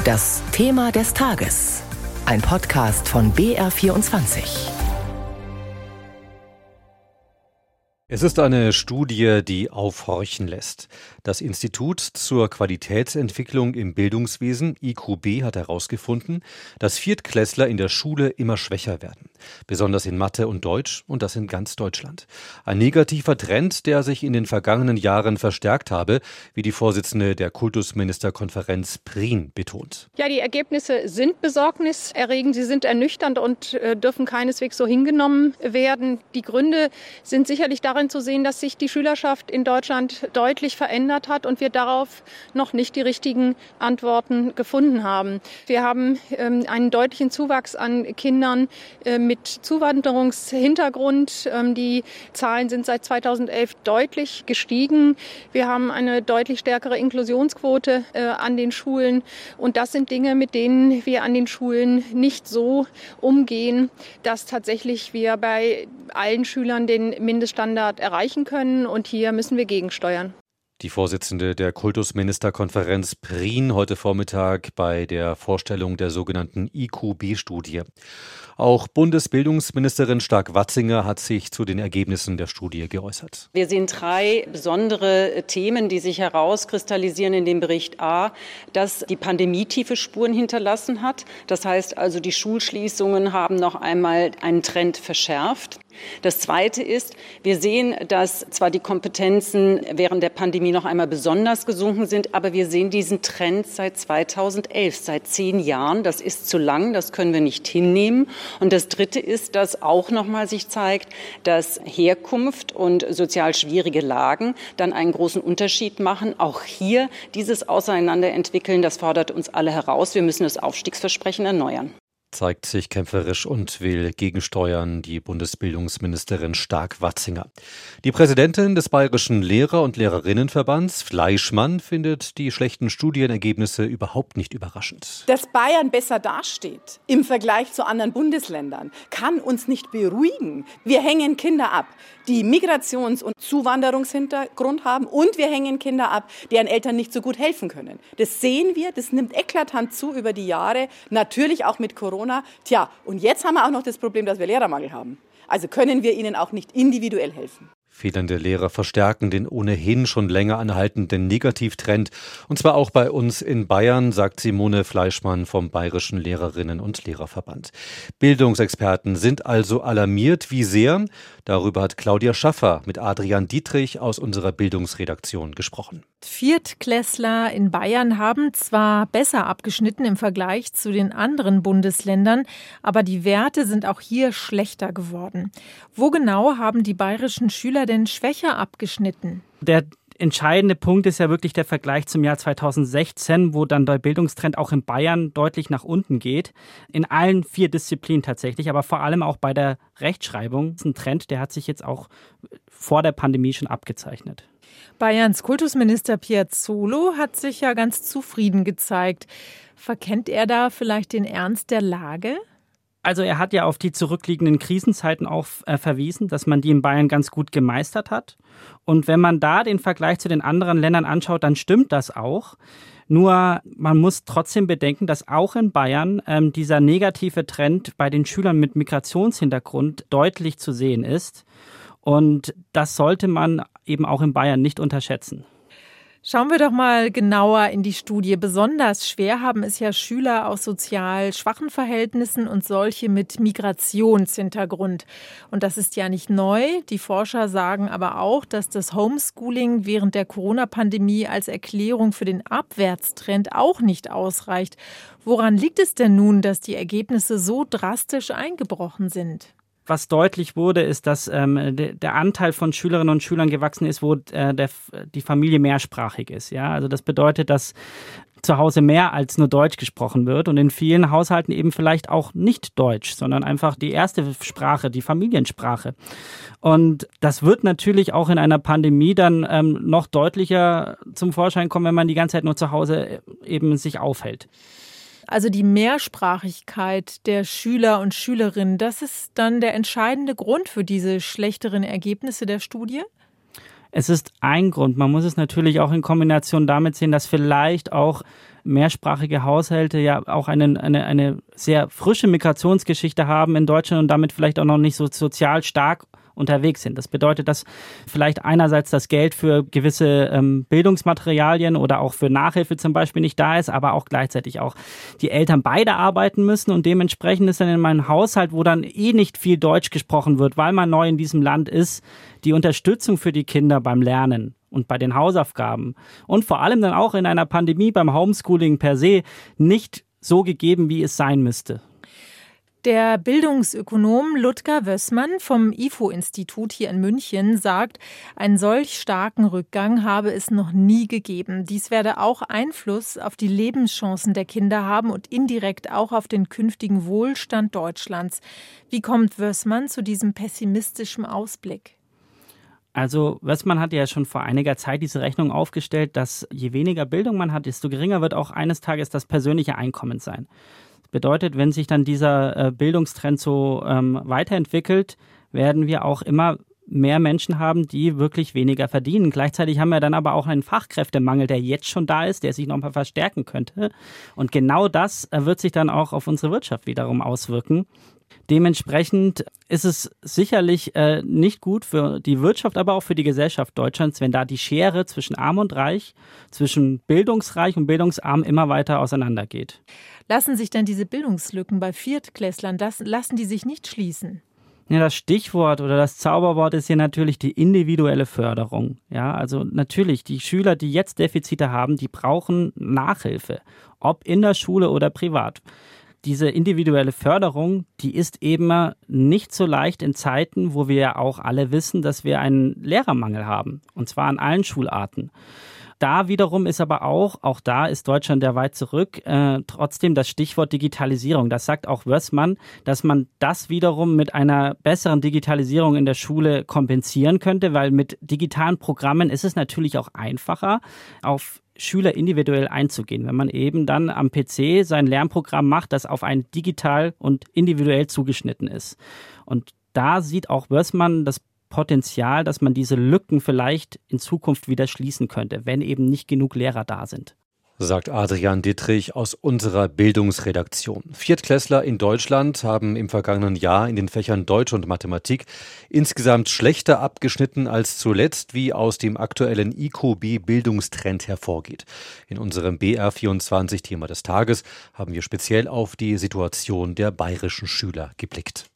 Das Thema des Tages. Ein Podcast von BR24. Es ist eine Studie, die aufhorchen lässt. Das Institut zur Qualitätsentwicklung im Bildungswesen, IQB, hat herausgefunden, dass Viertklässler in der Schule immer schwächer werden. Besonders in Mathe und Deutsch, und das in ganz Deutschland. Ein negativer Trend, der sich in den vergangenen Jahren verstärkt habe, wie die Vorsitzende der Kultusministerkonferenz Prien betont. Ja, die Ergebnisse sind besorgniserregend, sie sind ernüchternd und dürfen keineswegs so hingenommen werden. Die Gründe sind sicherlich darin zu sehen, dass sich die Schülerschaft in Deutschland deutlich verändert hat und wir darauf noch nicht die richtigen Antworten gefunden haben. Wir haben einen deutlichen Zuwachs an Kindern mit Zuwanderungshintergrund. Die Zahlen sind seit 2011 deutlich gestiegen. Wir haben eine deutlich stärkere Inklusionsquote an den Schulen. Und das sind Dinge, mit denen wir an den Schulen nicht so umgehen, dass tatsächlich wir bei allen Schülern den Mindeststandard erreichen können. Und hier müssen wir gegensteuern. Die Vorsitzende der Kultusministerkonferenz Prien heute Vormittag bei der Vorstellung der sogenannten IQB-Studie. Auch Bundesbildungsministerin Stark-Watzinger hat sich zu den Ergebnissen der Studie geäußert. Wir sehen 3 besondere Themen, die sich herauskristallisieren in dem Bericht. A, dass die Pandemie tiefe Spuren hinterlassen hat. Das heißt also, die Schulschließungen haben noch einmal einen Trend verschärft. Das Zweite ist, wir sehen, dass zwar die Kompetenzen während der Pandemie noch einmal besonders gesunken sind, aber wir sehen diesen Trend seit 2011, seit 10 Jahren. Das ist zu lang, das können wir nicht hinnehmen. Und das Dritte ist, dass auch nochmal sich zeigt, dass Herkunft und sozial schwierige Lagen dann einen großen Unterschied machen. Auch hier dieses Auseinanderentwickeln, das fordert uns alle heraus. Wir müssen das Aufstiegsversprechen erneuern. Zeigt sich kämpferisch und will gegensteuern, die Bundesbildungsministerin Stark-Watzinger. Die Präsidentin des Bayerischen Lehrer- und Lehrerinnenverbands, Fleischmann, findet die schlechten Studienergebnisse überhaupt nicht überraschend. Dass Bayern besser dasteht im Vergleich zu anderen Bundesländern, kann uns nicht beruhigen. Wir hängen Kinder ab, die Migrations- und Zuwanderungshintergrund haben, und wir hängen Kinder ab, deren Eltern nicht so gut helfen können. Das sehen wir, das nimmt eklatant zu über die Jahre, natürlich auch mit Corona. Tja, und jetzt haben wir auch noch das Problem, dass wir Lehrermangel haben. Also können wir ihnen auch nicht individuell helfen. Fehlende Lehrer verstärken den ohnehin schon länger anhaltenden Negativtrend. Und zwar auch bei uns in Bayern, sagt Simone Fleischmann vom Bayerischen Lehrerinnen- und Lehrerverband. Bildungsexperten sind also alarmiert. Wie sehr? Darüber hat Claudia Schaffer mit Adrian Dietrich aus unserer Bildungsredaktion gesprochen. Viertklässler in Bayern haben zwar besser abgeschnitten im Vergleich zu den anderen Bundesländern, aber die Werte sind auch hier schlechter geworden. Wo genau haben die bayerischen Schüler denn schwächer abgeschnitten? Der entscheidende Punkt ist ja wirklich der Vergleich zum Jahr 2016, wo dann der Bildungstrend auch in Bayern deutlich nach unten geht. In allen 4 Disziplinen tatsächlich, aber vor allem auch bei der Rechtschreibung. Das ist ein Trend, der hat sich jetzt auch vor der Pandemie schon abgezeichnet. Bayerns Kultusminister Piazzolo hat sich ja ganz zufrieden gezeigt. Verkennt er da vielleicht den Ernst der Lage? Also er hat ja auf die zurückliegenden Krisenzeiten auch verwiesen, dass man die in Bayern ganz gut gemeistert hat. Und wenn man da den Vergleich zu den anderen Ländern anschaut, dann stimmt das auch. Nur man muss trotzdem bedenken, dass auch in Bayern dieser negative Trend bei den Schülern mit Migrationshintergrund deutlich zu sehen ist. Und das sollte man eben auch in Bayern nicht unterschätzen. Schauen wir doch mal genauer in die Studie. Besonders schwer haben es ja Schüler aus sozial schwachen Verhältnissen und solche mit Migrationshintergrund. Und das ist ja nicht neu. Die Forscher sagen aber auch, dass das Homeschooling während der Corona-Pandemie als Erklärung für den Abwärtstrend auch nicht ausreicht. Woran liegt es denn nun, dass die Ergebnisse so drastisch eingebrochen sind? Was deutlich wurde, ist, dass der Anteil von Schülerinnen und Schülern gewachsen ist, wo die Familie mehrsprachig ist. Ja? Also das bedeutet, dass zu Hause mehr als nur Deutsch gesprochen wird und in vielen Haushalten eben vielleicht auch nicht Deutsch, sondern einfach die erste Sprache, die Familiensprache. Und das wird natürlich auch in einer Pandemie dann noch deutlicher zum Vorschein kommen, wenn man die ganze Zeit nur zu Hause eben sich aufhält. Also die Mehrsprachigkeit der Schüler und Schülerinnen, das ist dann der entscheidende Grund für diese schlechteren Ergebnisse der Studie? Es ist ein Grund. Man muss es natürlich auch in Kombination damit sehen, dass vielleicht auch mehrsprachige Haushalte ja auch eine sehr frische Migrationsgeschichte haben in Deutschland und damit vielleicht auch noch nicht so sozial stark unterwegs sind. Das bedeutet, dass vielleicht einerseits das Geld für gewisse Bildungsmaterialien oder auch für Nachhilfe zum Beispiel nicht da ist, aber auch gleichzeitig auch die Eltern beide arbeiten müssen und dementsprechend ist dann in meinem Haushalt, wo dann nicht viel Deutsch gesprochen wird, weil man neu in diesem Land ist, die Unterstützung für die Kinder beim Lernen und bei den Hausaufgaben und vor allem dann auch in einer Pandemie beim Homeschooling per se nicht so gegeben, wie es sein müsste. Der Bildungsökonom Ludger Wössmann vom IFO-Institut hier in München sagt, einen solch starken Rückgang habe es noch nie gegeben. Dies werde auch Einfluss auf die Lebenschancen der Kinder haben und indirekt auch auf den künftigen Wohlstand Deutschlands. Wie kommt Wössmann zu diesem pessimistischen Ausblick? Also Wössmann hat ja schon vor einiger Zeit diese Rechnung aufgestellt, dass je weniger Bildung man hat, desto geringer wird auch eines Tages das persönliche Einkommen sein. Bedeutet, wenn sich dann dieser Bildungstrend so weiterentwickelt, werden wir auch immer mehr Menschen haben, die wirklich weniger verdienen. Gleichzeitig haben wir dann aber auch einen Fachkräftemangel, der jetzt schon da ist, der sich noch mal verstärken könnte. Und genau das wird sich dann auch auf unsere Wirtschaft wiederum auswirken. Dementsprechend ist es sicherlich nicht gut für die Wirtschaft, aber auch für die Gesellschaft Deutschlands, wenn da die Schere zwischen Arm und Reich, zwischen bildungsreich und bildungsarm immer weiter auseinandergeht. Lassen sich denn diese Bildungslücken bei Viertklässlern, lassen die sich nicht schließen? Ja, das Stichwort oder das Zauberwort ist hier natürlich die individuelle Förderung. Ja, also natürlich, die Schüler, die jetzt Defizite haben, die brauchen Nachhilfe, ob in der Schule oder privat. Diese individuelle Förderung, die ist eben nicht so leicht in Zeiten, wo wir ja auch alle wissen, dass wir einen Lehrermangel haben, und zwar an allen Schularten. Da wiederum ist aber auch da ist Deutschland ja weit zurück, trotzdem das Stichwort Digitalisierung. Das sagt auch Wössmann, dass man das wiederum mit einer besseren Digitalisierung in der Schule kompensieren könnte, weil mit digitalen Programmen ist es natürlich auch einfacher, auf Schüler individuell einzugehen, wenn man eben dann am PC sein Lernprogramm macht, das auf einen digital und individuell zugeschnitten ist. Und da sieht auch Wössmann das Potenzial, dass man diese Lücken vielleicht in Zukunft wieder schließen könnte, wenn eben nicht genug Lehrer da sind. Sagt Adrian Dittrich aus unserer Bildungsredaktion. Viertklässler in Deutschland haben im vergangenen Jahr in den Fächern Deutsch und Mathematik insgesamt schlechter abgeschnitten als zuletzt, wie aus dem aktuellen IQB-Bildungstrend hervorgeht. In unserem BR24-Thema des Tages haben wir speziell auf die Situation der bayerischen Schüler geblickt.